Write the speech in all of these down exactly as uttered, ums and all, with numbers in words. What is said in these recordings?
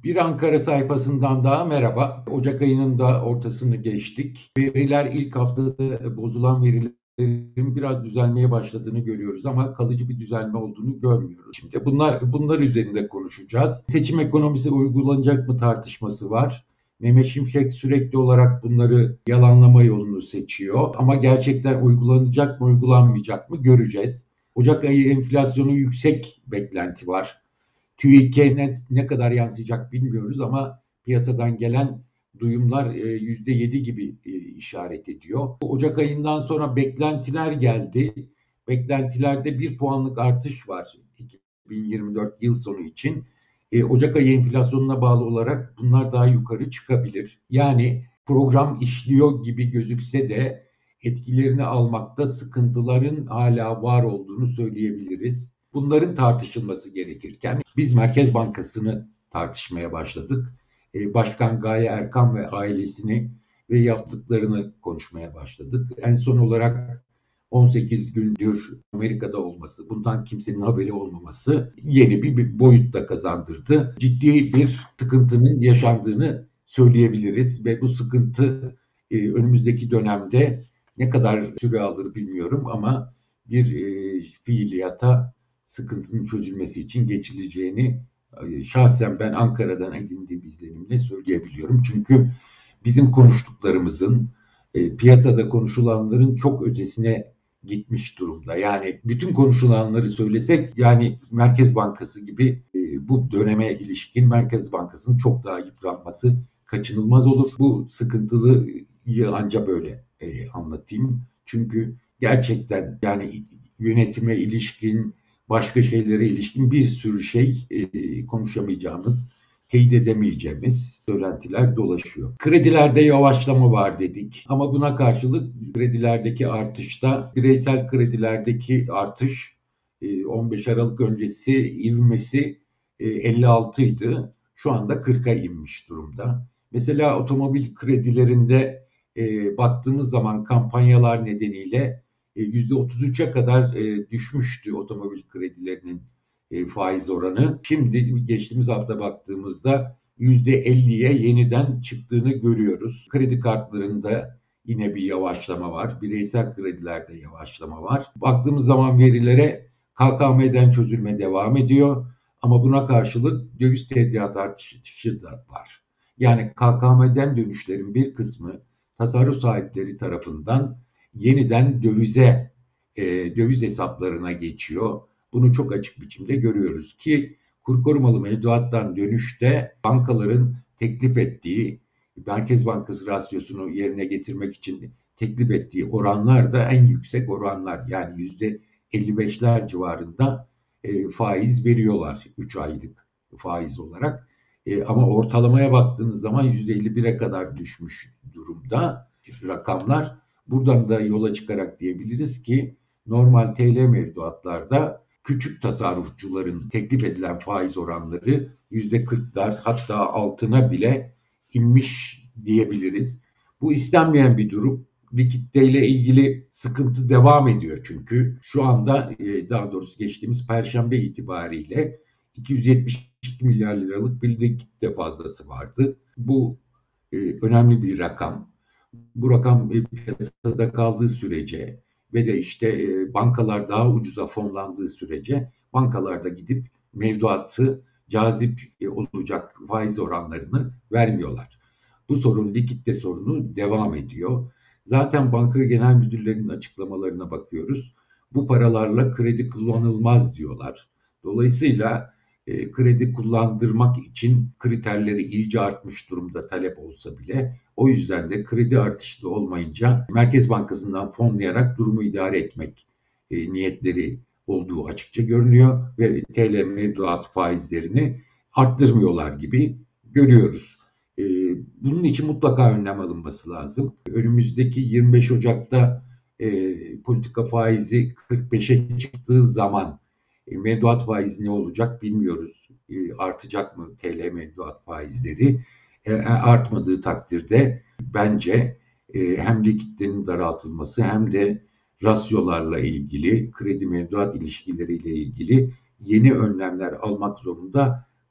Bir Ankara sayfasından daha merhaba. Ocak ayının da ortasını geçtik. Veriler ilk haftada bozulan verilerin biraz düzelmeye başladığını görüyoruz ama kalıcı bir düzelme olduğunu görmüyoruz. Şimdi bunlar bunlar üzerinde konuşacağız. Seçim ekonomisi uygulanacak mı tartışması var. Mehmet Şimşek sürekli olarak bunları yalanlama yolunu seçiyor. Ama gerçekten uygulanacak mı uygulanmayacak mı göreceğiz. Ocak ayı enflasyonu yüksek beklenti var. TÜİK'e ne, ne kadar yansıyacak bilmiyoruz ama piyasadan gelen duyumlar e, yüzde yedi gibi e, işaret ediyor. Ocak ayından sonra beklentiler geldi. Beklentilerde bir puanlık artış var iki bin yirmi dört yıl sonu için. E, Ocak ayı enflasyonuna bağlı olarak bunlar daha yukarı çıkabilir. Yani program işliyor gibi gözükse de etkilerini almakta sıkıntıların hala var olduğunu söyleyebiliriz. Bunların tartışılması gerekirken biz Merkez Bankası'nı tartışmaya başladık. Başkan Gaye Erkan ve ailesini ve yaptıklarını konuşmaya başladık. En son olarak on sekiz gündür Amerika'da olması, bundan kimsenin haberi olmaması yeni bir, bir boyut da kazandırdı. Ciddi bir sıkıntının yaşandığını söyleyebiliriz ve bu sıkıntı e, önümüzdeki dönemde ne kadar süre alır bilmiyorum ama bir e, fiiliyata sıkıntının çözülmesi için geçileceğini şahsen ben Ankara'dan edindiğim izlenimle söyleyebiliyorum. Çünkü bizim konuştuklarımızın e, piyasada konuşulanların çok ötesine gitmiş durumda. Yani bütün konuşulanları söylesek yani Merkez Bankası gibi e, bu döneme ilişkin Merkez Bankası'nın çok daha yıpranması kaçınılmaz olur. Bu sıkıntılıyı anca böyle e, anlatayım. Çünkü gerçekten yani yönetime ilişkin, başka şeylere ilişkin bir sürü şey e, konuşamayacağımız, teyit edemeyeceğimiz söylentiler dolaşıyor. Kredilerde yavaşlama var dedik ama buna karşılık kredilerdeki artışta bireysel kredilerdeki artış e, on beş Aralık öncesi ivmesi e, elli altı idi. Şu anda kırka inmiş durumda. Mesela otomobil kredilerinde e, baktığımız zaman kampanyalar nedeniyle yüzde otuz üçe kadar e, düşmüştü otomobil kredilerinin e, faiz oranı. Şimdi geçtiğimiz hafta baktığımızda yüzde elliye yeniden çıktığını görüyoruz. Kredi kartlarında yine bir yavaşlama var. Bireysel kredilerde yavaşlama var. Baktığımız zaman verilere K K M'den çözülme devam ediyor. Ama buna karşılık döviz tevdiat artışı da var. Yani K K M'den dönüşlerin bir kısmı tasarruf sahipleri tarafından yeniden dövize, e, döviz hesaplarına geçiyor. Bunu çok açık biçimde görüyoruz ki kur korumalı mevduattan dönüşte bankaların teklif ettiği, Merkez Bankası rasyosunu yerine getirmek için teklif ettiği oranlar da en yüksek oranlar. Yani yüzde elli beşler civarında e, faiz veriyorlar üç aylık faiz olarak. E, ama ortalamaya baktığınız zaman yüzde elli bire kadar düşmüş durumda rakamlar. Buradan da yola çıkarak diyebiliriz ki normal T L mevduatlarda küçük tasarrufçuların teklif edilen faiz oranları yüzde kırklar hatta altına bile inmiş diyebiliriz. Bu istenmeyen bir durum. Likiditeyle ilgili sıkıntı devam ediyor çünkü şu anda daha doğrusu geçtiğimiz Perşembe itibariyle iki yüz yetmiş iki milyar liralık bir likidite fazlası vardı. Bu e, önemli bir rakam. Bu rakam e, piyasada kaldığı sürece ve de işte e, bankalar daha ucuza fonlandığı sürece bankalarda gidip mevduatı cazip e, olacak faiz oranlarını vermiyorlar. Bu sorun likidite sorunu devam ediyor. Zaten banka genel müdürlerinin açıklamalarına bakıyoruz. Bu paralarla kredi kullanılmaz diyorlar. Dolayısıyla e, kredi kullandırmak için kriterleri iyice artmış durumda talep olsa bile. O yüzden de kredi artışı olmayınca Merkez Bankası'ndan fonlayarak durumu idare etmek e, niyetleri olduğu açıkça görünüyor ve T L mevduat faizlerini arttırmıyorlar gibi görüyoruz. E, bunun için mutlaka önlem alınması lazım. Önümüzdeki yirmi beş Ocak'ta e, politika faizi kırk beşe çıktığı zaman e, mevduat faizi ne olacak bilmiyoruz. E, artacak mı T L mevduat faizleri? E, artmadığı takdirde bence e, hem likiditenin daraltılması hem de rasyolarla ilgili, kredi mevduat ilişkileriyle ilgili yeni önlemler almak zorunda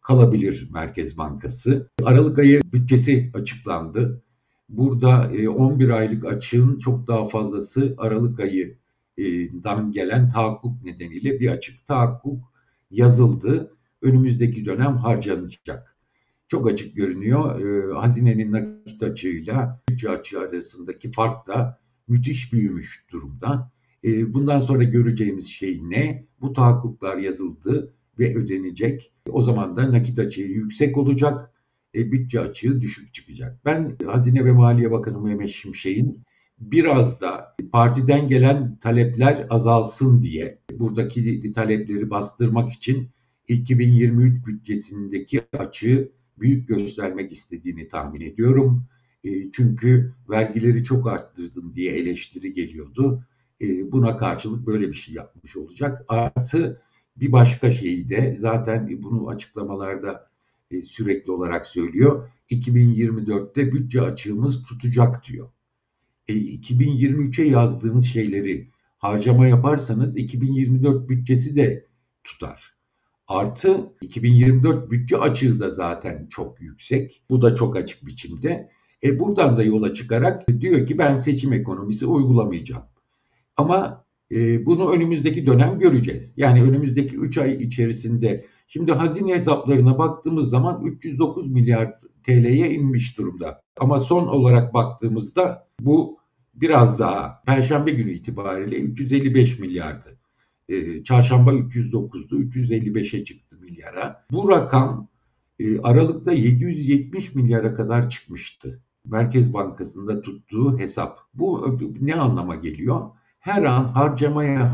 kalabilir Merkez Bankası. Aralık ayı bütçesi açıklandı. Burada on bir aylık açığın çok daha fazlası Aralık ayından gelen tahakkuk nedeniyle bir açık. Tahakkuk yazıldı. Önümüzdeki dönem harcanacak. Çok açık görünüyor. Hazinenin nakit açığıyla bütçe açığı arasındaki fark da müthiş büyümüş durumda. Bundan sonra göreceğimiz şey ne? Bu tahakkuklar yazıldı ve ödenecek. O zaman da nakit açığı yüksek olacak, e, bütçe açığı düşük çıkacak. Ben Hazine ve Maliye Bakanı Mehmet Şimşek'in biraz da partiden gelen talepler azalsın diye buradaki talepleri bastırmak için iki bin yirmi üç bütçesindeki açığı büyük göstermek istediğini tahmin ediyorum. E, çünkü vergileri çok arttırdın diye eleştiri geliyordu. E, buna karşılık böyle bir şey yapmış olacak. Artı bir başka şeyi de zaten bunu açıklamalarda e, sürekli olarak söylüyor. iki bin yirmi dörtte bütçe açığımız tutacak diyor. E, iki bin yirmi üçe yazdığınız şeyleri harcama yaparsanız iki bin yirmi dört bütçesi de tutar. Artı iki bin yirmi dört bütçe açığı da zaten çok yüksek. Bu da çok açık biçimde. E buradan da yola çıkarak diyor ki ben seçim ekonomisi uygulamayacağım. Ama e, bunu önümüzdeki dönem göreceğiz. Yani önümüzdeki üç ay içerisinde. Şimdi hazine hesaplarına baktığımız zaman üç yüz dokuz milyar T L'ye inmiş durumda. Ama son olarak baktığımızda bu biraz daha Perşembe günü itibariyle üç yüz elli beş milyardı. E, çarşamba üç yüz dokuzdu, üç yüz elli beşe çıktı milyara. Bu rakam e, Aralık'ta yedi yüz yetmiş milyara kadar çıkmıştı. Merkez Bankası'nda tuttuğu hesap. Bu ne anlama geliyor? Her an harcamaya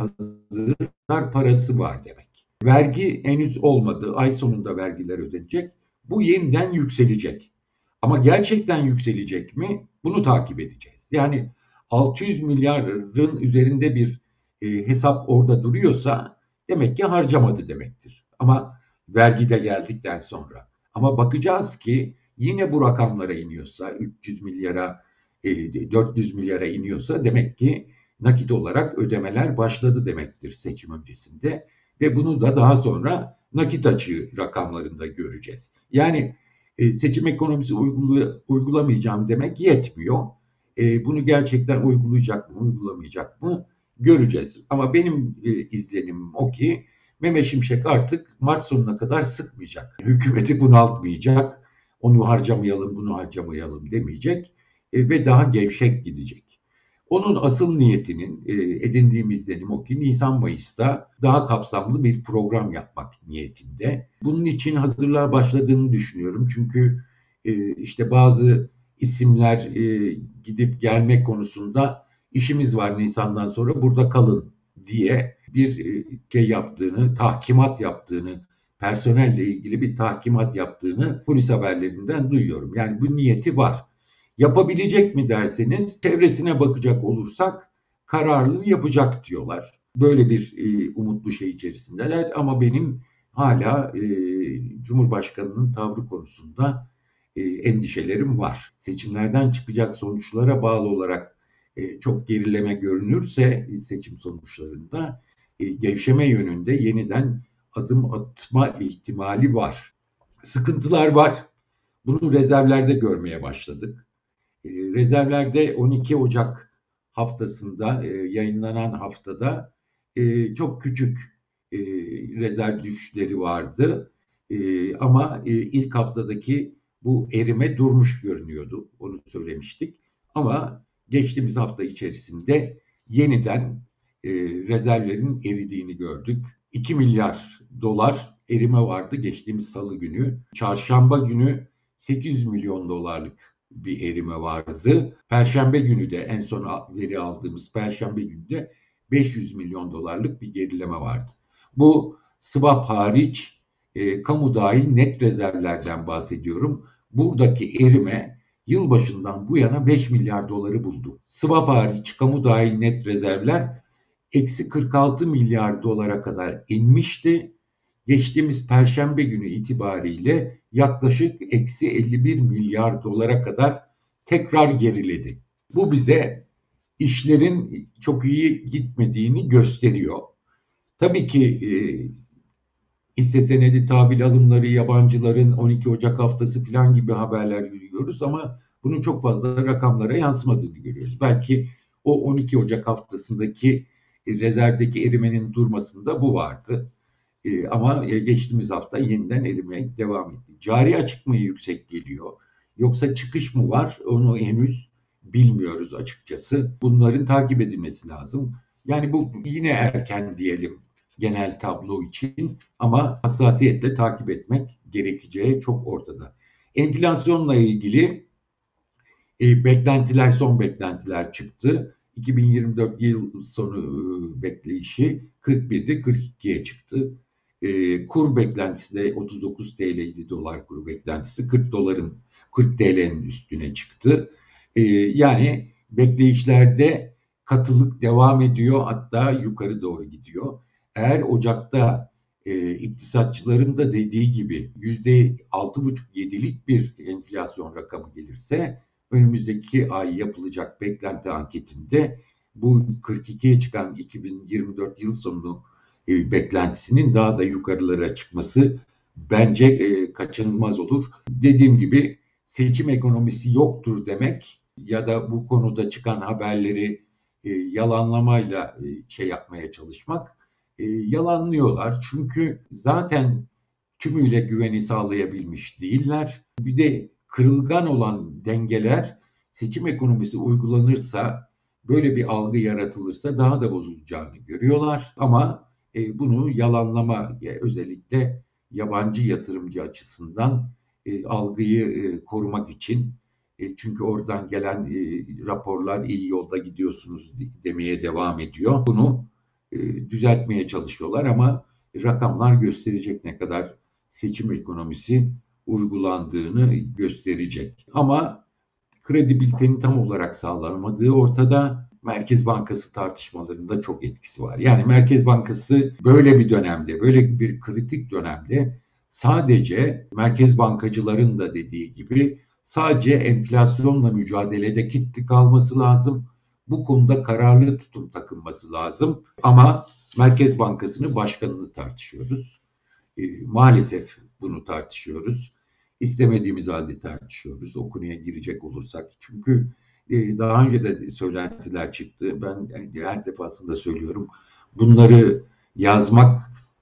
hazır parası var demek. Vergi henüz olmadı. Ay sonunda vergiler ödenecek. Bu yeniden yükselecek. Ama gerçekten yükselecek mi? Bunu takip edeceğiz. Yani altı yüz milyarın üzerinde bir e, hesap orada duruyorsa demek ki harcamadı demektir. Ama vergi de geldikten sonra. Ama bakacağız ki yine bu rakamlara iniyorsa üç yüz milyara, e, dört yüz milyara iniyorsa demek ki nakit olarak ödemeler başladı demektir seçim öncesinde ve bunu da daha sonra nakit açığı rakamlarında göreceğiz. Yani e, seçim ekonomisi uygula, uygulamayacağım demek yetmiyor. E, bunu gerçekten uygulayacak mı, uygulamayacak mı göreceğiz. Ama benim e, izlenimim o ki Mehmet Şimşek artık Mart sonuna kadar sıkmayacak. Hükümeti bunaltmayacak. Onu harcamayalım, bunu harcamayalım demeyecek e, ve daha gevşek gidecek. Onun asıl niyetinin e, edindiğim izlenim o ki Nisan-Mayıs'ta daha kapsamlı bir program yapmak niyetinde. Bunun için hazırlığa başladığını düşünüyorum. Çünkü e, işte bazı isimler e, gidip gelmek konusunda işimiz var Nisan'dan sonra burada kalın diye bir e, şey yaptığını, tahkimat yaptığını, personelle ilgili bir tahkimat yaptığını polis haberlerinden duyuyorum. Yani bu niyeti var. Yapabilecek mi derseniz çevresine bakacak olursak kararlı yapacak diyorlar. Böyle bir e, umutlu şey içerisindeler ama benim hala e, Cumhurbaşkanı'nın tavrı konusunda e, endişelerim var. Seçimlerden çıkacak sonuçlara bağlı olarak e, çok gerileme görünürse e, seçim sonuçlarında e, gevşeme yönünde yeniden adım atma ihtimali var. Sıkıntılar var. Bunu rezervlerde görmeye başladık. E, rezervlerde on iki Ocak haftasında e, yayınlanan haftada e, çok küçük e, rezerv düşüşleri vardı. E, ama e, ilk haftadaki bu erime durmuş görünüyordu. Onu söylemiştik. Ama geçtiğimiz hafta içerisinde yeniden e, rezervlerin eridiğini gördük. iki milyar dolar erime vardı geçtiğimiz salı günü. Çarşamba günü sekiz yüz milyon dolarlık bir erime vardı. Perşembe günü de en son veri aldığımız Perşembe günü de beş yüz milyon dolarlık bir gerileme vardı. Bu swap hariç e, kamu dahil net rezervlerden bahsediyorum. Buradaki erime yılbaşından bu yana beş milyar doları buldu. Swap hariç kamu dahil net rezervler eksi kırk altı milyar dolara kadar inmişti. Geçtiğimiz Perşembe günü itibariyle yaklaşık eksi elli bir milyar dolara kadar tekrar geriledi. Bu bize işlerin çok iyi gitmediğini gösteriyor. Tabii ki e, hisse senedi tahvil alımları, yabancıların on iki Ocak haftası falan gibi haberler görüyoruz ama bunun çok fazla rakamlara yansımadığını görüyoruz. Belki o on iki Ocak haftasındaki e, rezervdeki erimenin durmasında bu vardı. E, ama e, geçtiğimiz hafta yeniden erimeye devam etti. Cari açık mı yüksek geliyor? Yoksa çıkış mı var? Onu henüz bilmiyoruz açıkçası. Bunların takip edilmesi lazım. Yani bu yine erken diyelim genel tablo için ama hassasiyetle takip etmek gerekeceği çok ortada. Enflasyonla ilgili e, beklentiler, son beklentiler çıktı. iki bin yirmi dört yıl sonu e, bekleyişi kırk birdi, kırk ikiye çıktı. E, kur beklentisi de otuz dokuz T L'ydi, dolar kuru beklentisi kırk doların kırk T L'nin üstüne çıktı. E, yani bekleyişlerde katılık devam ediyor, hatta yukarı doğru gidiyor. Eğer Ocak'ta e, iktisatçıların da dediği gibi yüzde altı buçuk yedilik bir enflasyon rakamı gelirse önümüzdeki ay yapılacak beklenti anketinde bu kırk ikiye çıkan iki bin yirmi dört yıl sonu e, beklentisinin daha da yukarılara çıkması bence e, kaçınılmaz olur. Dediğim gibi seçim ekonomisi yoktur demek ya da bu konuda çıkan haberleri e, yalanlamayla e, şey yapmaya çalışmak e, yalanlıyorlar. Çünkü zaten tümüyle güveni sağlayabilmiş değiller. Bir de kırılgan olan dengeler seçim ekonomisi uygulanırsa, böyle bir algı yaratılırsa daha da bozulacağını görüyorlar. Ama e, bunu yalanlama, e, özellikle yabancı yatırımcı açısından e, algıyı e, korumak için, e, çünkü oradan gelen e, raporlar iyi yolda gidiyorsunuz demeye devam ediyor. Bunu e, düzeltmeye çalışıyorlar ama rakamlar gösterecek ne kadar seçim ekonomisi uygulandığını gösterecek. Ama kredibilitenin tam olarak sağlanamadığı ortada. Merkez Bankası tartışmalarında çok etkisi var. Yani Merkez Bankası böyle bir dönemde, böyle bir kritik dönemde sadece merkez bankacıların da dediği gibi sadece enflasyonla mücadelede kitli kalması lazım. Bu konuda kararlı tutum takınması lazım. Ama Merkez Bankası'nın başkanını tartışıyoruz. E, maalesef bunu tartışıyoruz. İstemediğimiz halde tartışıyoruz. O konuya girecek olursak. Çünkü e, daha önce de söylentiler çıktı. Ben her defasında söylüyorum. Bunları yazmak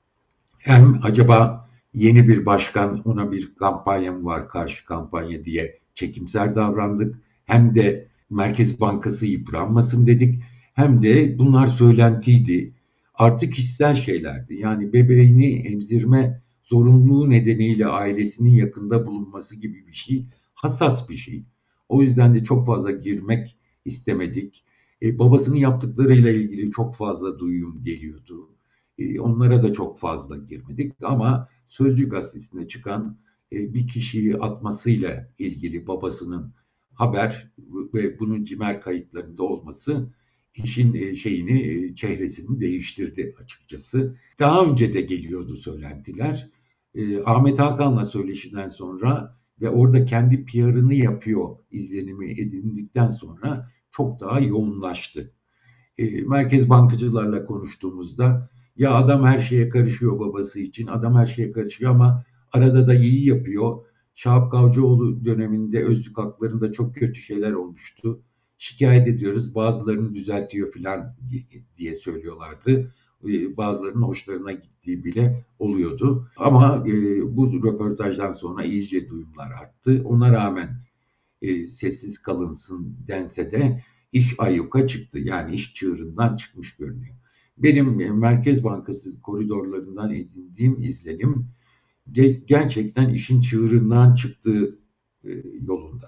hem acaba yeni bir başkan, ona bir kampanya mı var, karşı kampanya diye çekimser davrandık. Hem de Merkez Bankası yıpranmasın dedik. Hem de bunlar söylentiydi. Artık kişisel şeylerdi. Yani bebeğini emzirme zorunluluğu nedeniyle ailesinin yakında bulunması gibi bir şey. Hassas bir şey. O yüzden de çok fazla girmek istemedik. E, babasının yaptıklarıyla ilgili çok fazla duyum geliyordu. E, onlara da çok fazla girmedik ama Sözcü gazetesinde çıkan e, bir kişiyi atmasıyla ilgili babasının haber ve bunun cimer kayıtlarında olması işin e, şeyini, e, çehresini değiştirdi açıkçası. Daha önce de geliyordu söylentiler. E, Ahmet Hakan'la söyleşiden sonra ve orada kendi P R'ını yapıyor izlenimi edindikten sonra çok daha yoğunlaştı. E, merkez bankacılarla konuştuğumuzda ya adam her şeye karışıyor babası için, adam her şeye karışıyor ama arada da iyi yapıyor. Şahap Kavcıoğlu döneminde özlük haklarında çok kötü şeyler olmuştu. Şikayet ediyoruz, bazılarını düzeltiyor filan diye söylüyorlardı. E, bazılarının hoşlarına gittiği bile oluyordu. Ama e, bu röportajdan sonra iyice duyumlar arttı. Ona rağmen e, sessiz kalınsın dense de iş ayyuka çıktı. Yani iş çığırından çıkmış görünüyor. Benim e, Merkez Bankası koridorlarından edindiğim izlenim ge- gerçekten işin çığırından çıktığı e, yolunda.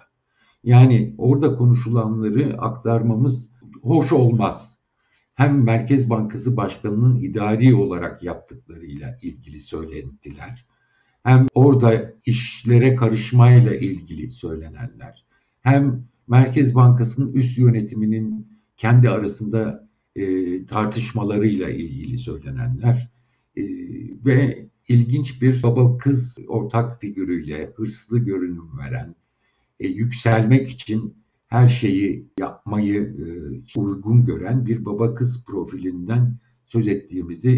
Yani orada konuşulanları aktarmamız hoş olmaz. Hem Merkez Bankası Başkanı'nın idari olarak yaptıklarıyla ilgili söylentiler, hem orada işlere karışmayla ilgili söylenenler, hem Merkez Bankası'nın üst yönetiminin kendi arasında e, tartışmalarıyla ilgili söylenenler e, ve ilginç bir baba kız ortak figürüyle hırslı görünüm veren, e, yükselmek için her şeyi yapmayı e, uygun gören bir baba kız profilinden söz ettiğimizi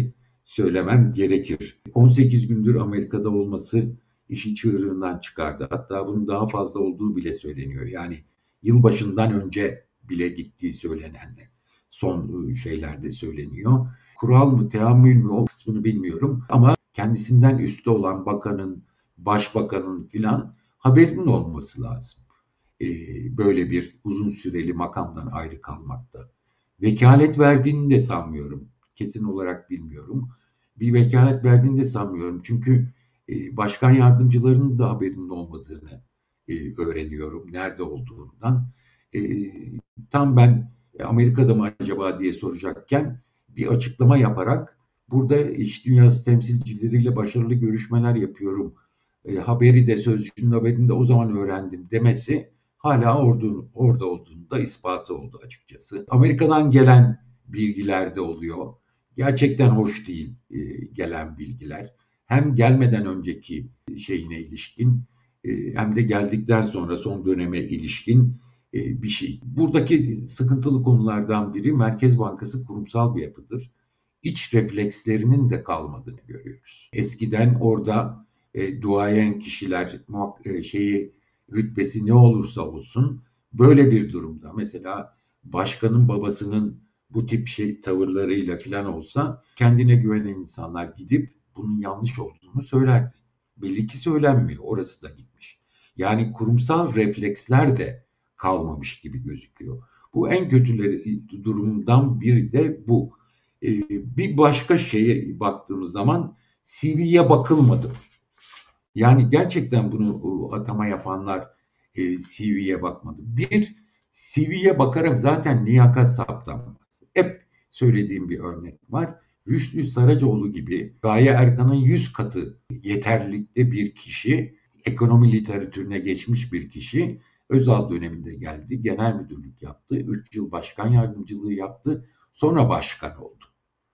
söylemem gerekir. on sekiz gündür Amerika'da olması işi çığırından çıkardı. Hatta bunun daha fazla olduğu bile söyleniyor. Yani yılbaşından önce bile gittiği söylenen son şeylerde söyleniyor. Kural mı, teamül mü o kısmını bilmiyorum ama kendisinden üstte olan bakanın, başbakanın filan haberinin olması lazım. Ee, böyle bir uzun süreli makamdan ayrı kalmakta. Vekalet verdiğini de sanmıyorum. Kesin olarak bilmiyorum. Bir vekalet verdiğini de sanmıyorum. Çünkü e, başkan yardımcılarının da haberinin olmadığını e, öğreniyorum. Nerede olduğundan. E, tam ben e, Amerika'da mı acaba diye soracakken bir açıklama yaparak burada iş dünyası temsilcileriyle başarılı görüşmeler yapıyorum. E, haberi de sözcünün haberini de o zaman öğrendim demesi hala orada, orada olduğunu da ispatı oldu açıkçası. Amerika'dan gelen bilgiler de oluyor. Gerçekten hoş değil e, gelen bilgiler. Hem gelmeden önceki şeyine ilişkin e, hem de geldikten sonra son döneme ilişkin e, bir şey. Buradaki sıkıntılı konulardan biri Merkez Bankası kurumsal bir yapıdır. İç reflekslerinin de kalmadığını görüyoruz. Eskiden orada e, duayen kişiler e, şeyi rütbesi ne olursa olsun böyle bir durumda mesela başkanın babasının bu tip şey tavırlarıyla falan olsa kendine güvenen insanlar gidip bunun yanlış olduğunu söylerdi. Belli ki söylenmiyor. Orası da gitmiş. Yani kurumsal refleksler de kalmamış gibi gözüküyor. Bu en kötüleri durumdan biri de bu. Ee, bir başka şeye baktığımız zaman C V'ye bakılmadı. Yani gerçekten bunu atama yapanlar e, C V'ye bakmadı. Bir, C V'ye bakarak zaten liyakat saptanmaz. Hep söylediğim bir örnek var. Rüştü Saracoğlu gibi Gaye Erkan'ın yüz katı yeterlilikte bir kişi, ekonomi literatürüne geçmiş bir kişi, Özal döneminde geldi, genel müdürlük yaptı, üç yıl başkan yardımcılığı yaptı, sonra başkan oldu.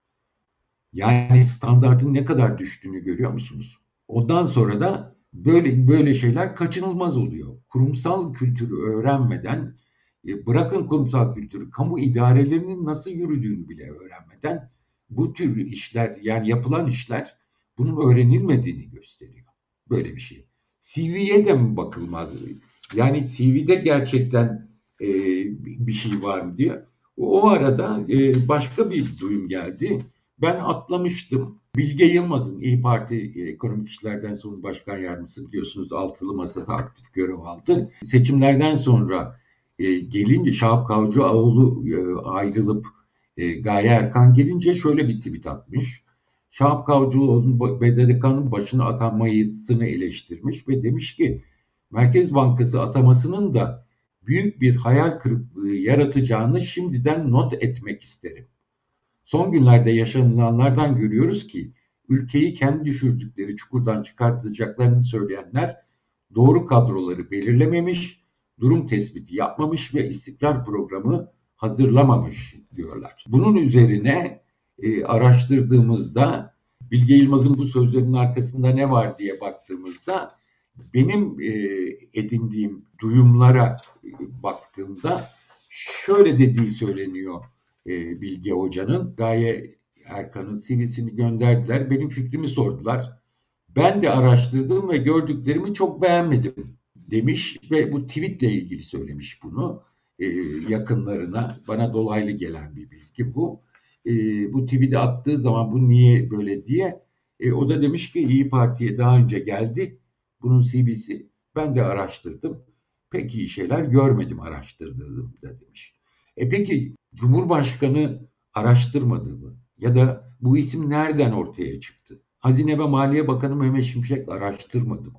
Yani standartın ne kadar düştüğünü görüyor musunuz? Ondan sonra da böyle böyle şeyler kaçınılmaz oluyor. Kurumsal kültürü öğrenmeden, e, bırakın kurumsal kültürü, kamu idarelerinin nasıl yürüdüğünü bile öğrenmeden bu tür işler, yani yapılan işler bunun öğrenilmediğini gösteriyor. Böyle bir şey. C V'ye de mi bakılmaz? Yani C V'de gerçekten e, bir şey var mı diye. O arada e, başka bir duyum geldi. Ben atlamıştım. Bilge Yılmaz'ın İyi Parti Ekonomik İşlerden Sorumlu Başkan Yardımcısı, biliyorsunuz altılı masada aktif görev aldı. Seçimlerden sonra e, gelince Şahap Kavcıoğlu e, ayrılıp e, Gaye Erkan gelince şöyle bir tweet atmış. Şahap Kavcıoğlu'nun B D D K'nın başına atanmasını eleştirmiş ve demiş ki Merkez Bankası atamasının da büyük bir hayal kırıklığı yaratacağını şimdiden not etmek isterim. Son günlerde yaşanılanlardan görüyoruz ki ülkeyi kendi düşürdükleri çukurdan çıkartacaklarını söyleyenler doğru kadroları belirlememiş, durum tespiti yapmamış ve istikrar programı hazırlamamış diyorlar. Bunun üzerine e, araştırdığımızda Bilge Yılmaz'ın bu sözlerinin arkasında ne var diye baktığımızda benim e, edindiğim duyumlara e, baktığımda şöyle dediği söyleniyor e, Bilge Hoca'nın. Gaye Erkan'ın C V'sini gönderdiler. Benim fikrimi sordular. Ben de araştırdım ve gördüklerimi çok beğenmedim demiş ve bu tweetle ilgili söylemiş bunu e, yakınlarına. Bana dolaylı gelen bir bilgi bu. E, bu tweet'i attığı zaman bu niye böyle diye e, o da demiş ki İyi Parti'ye daha önce geldi bunun C V'si. Ben de araştırdım. Pek iyi şeyler görmedim araştırdığımda demiş. E peki Cumhurbaşkanı araştırmadı mı? Ya da bu isim nereden ortaya çıktı? Hazine ve Maliye Bakanı Mehmet Şimşek araştırmadı mı?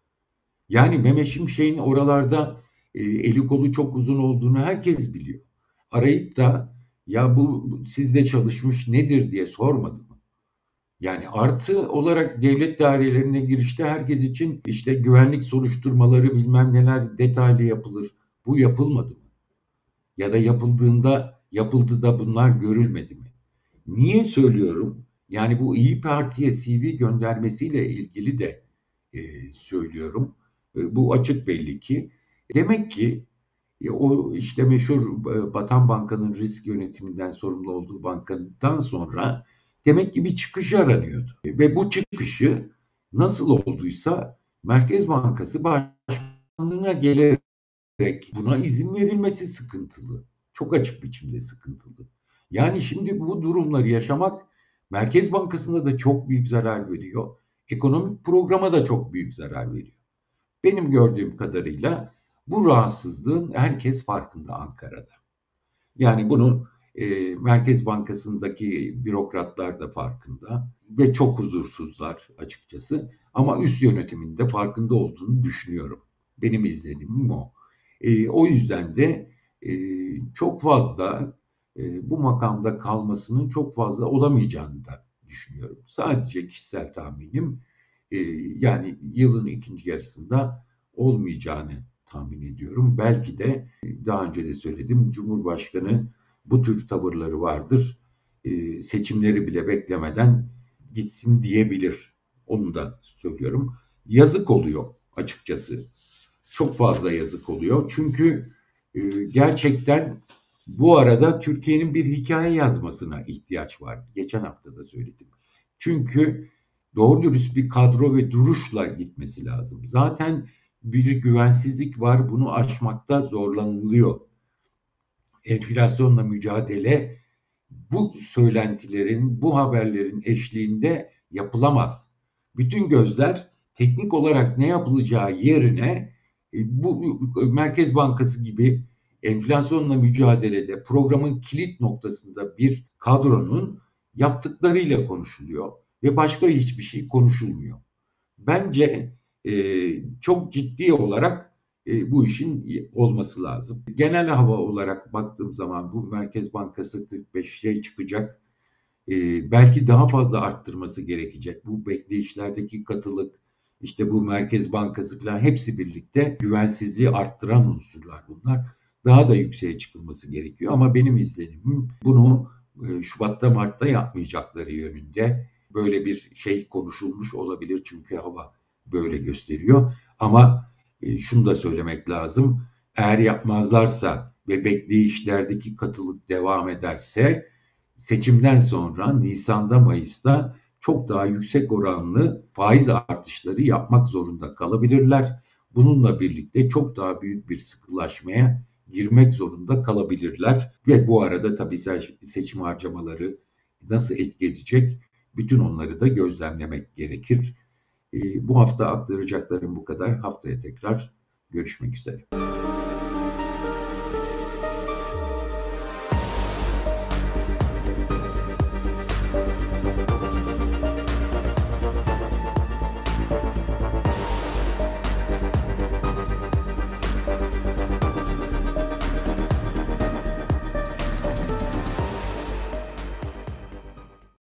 Yani Mehmet Şimşek'in oralarda e, eli kolu çok uzun olduğunu herkes biliyor. Arayıp da ya bu sizde çalışmış nedir diye sormadı mı? Yani artı olarak devlet dairelerine girişte herkes için işte güvenlik soruşturmaları bilmem neler detaylı yapılır. Bu yapılmadı mı? Ya da yapıldığında yapıldı da bunlar görülmedi mi? Niye söylüyorum? Yani bu İyi Parti'ye C V göndermesiyle ilgili de e, söylüyorum. E, bu açık belli ki. Demek ki e, o işte meşhur e, Batan Banka'nın risk yönetiminden sorumlu olduğu bankadan sonra Demek ki bir çıkış aranıyordu. Ve bu çıkışı nasıl olduysa Merkez Bankası Başkanlığı'na gelerek buna izin verilmesi sıkıntılı. Çok açık biçimde sıkıntılı. Yani şimdi bu durumları yaşamak Merkez Bankası'na da çok büyük zarar veriyor. Ekonomik programa da çok büyük zarar veriyor. Benim gördüğüm kadarıyla bu rahatsızlığın herkes farkında Ankara'da. Yani bunun e, Merkez Bankası'ndaki bürokratlar da farkında ve çok huzursuzlar açıkçası. Ama üst yönetimin de farkında olduğunu düşünüyorum. Benim izlenimim o. E, o yüzden de e, çok fazla e, bu makamda kalmasının çok fazla olamayacağını da düşünüyorum. Sadece kişisel tahminim e, yani yılın ikinci yarısında olmayacağını tahmin ediyorum. Belki de daha önce de söyledim, Cumhurbaşkanı bu tür tavırları vardır. E, seçimleri bile beklemeden gitsin diyebilir. Onu da söylüyorum. Yazık oluyor açıkçası. Çok fazla yazık oluyor. Çünkü e, gerçekten bu arada Türkiye'nin bir hikaye yazmasına ihtiyaç var. Geçen hafta da söyledim. Çünkü doğru dürüst bir kadro ve duruşla gitmesi lazım. Zaten bir güvensizlik var. Bunu aşmakta zorlanılıyor. Enflasyonla mücadele bu söylentilerin, bu haberlerin eşliğinde yapılamaz. Bütün gözler teknik olarak ne yapılacağı yerine e, bu Merkez Bankası gibi enflasyonla mücadelede programın kilit noktasında bir kadronun yaptıklarıyla konuşuluyor ve başka hiçbir şey konuşulmuyor. Bence e, çok ciddi olarak e, bu işin olması lazım. Genel hava olarak baktığım zaman bu Merkez Bankası kırk beşe çıkacak. E, belki daha fazla arttırması gerekecek. Bu bekleyişlerdeki katılık, işte bu Merkez Bankası falan hepsi birlikte güvensizliği arttıran unsurlar bunlar. Daha da yükseğe çıkılması gerekiyor ama benim izlenimim bunu e, Şubat'ta Mart'ta yapmayacakları yönünde. Böyle bir şey konuşulmuş olabilir çünkü hava böyle gösteriyor. Ama e, şunu da söylemek lazım. Eğer yapmazlarsa ve bekleyişlerdeki katılık devam ederse seçimden sonra Nisan'da Mayıs'ta çok daha yüksek oranlı faiz artışları yapmak zorunda kalabilirler. Bununla birlikte çok daha büyük bir sıkılaşmaya girmek zorunda kalabilirler. Ve bu arada tabii seçim harcamaları nasıl etki edecek? Bütün onları da gözlemlemek gerekir. Bu hafta aktaracaklarım bu kadar. Haftaya tekrar görüşmek üzere.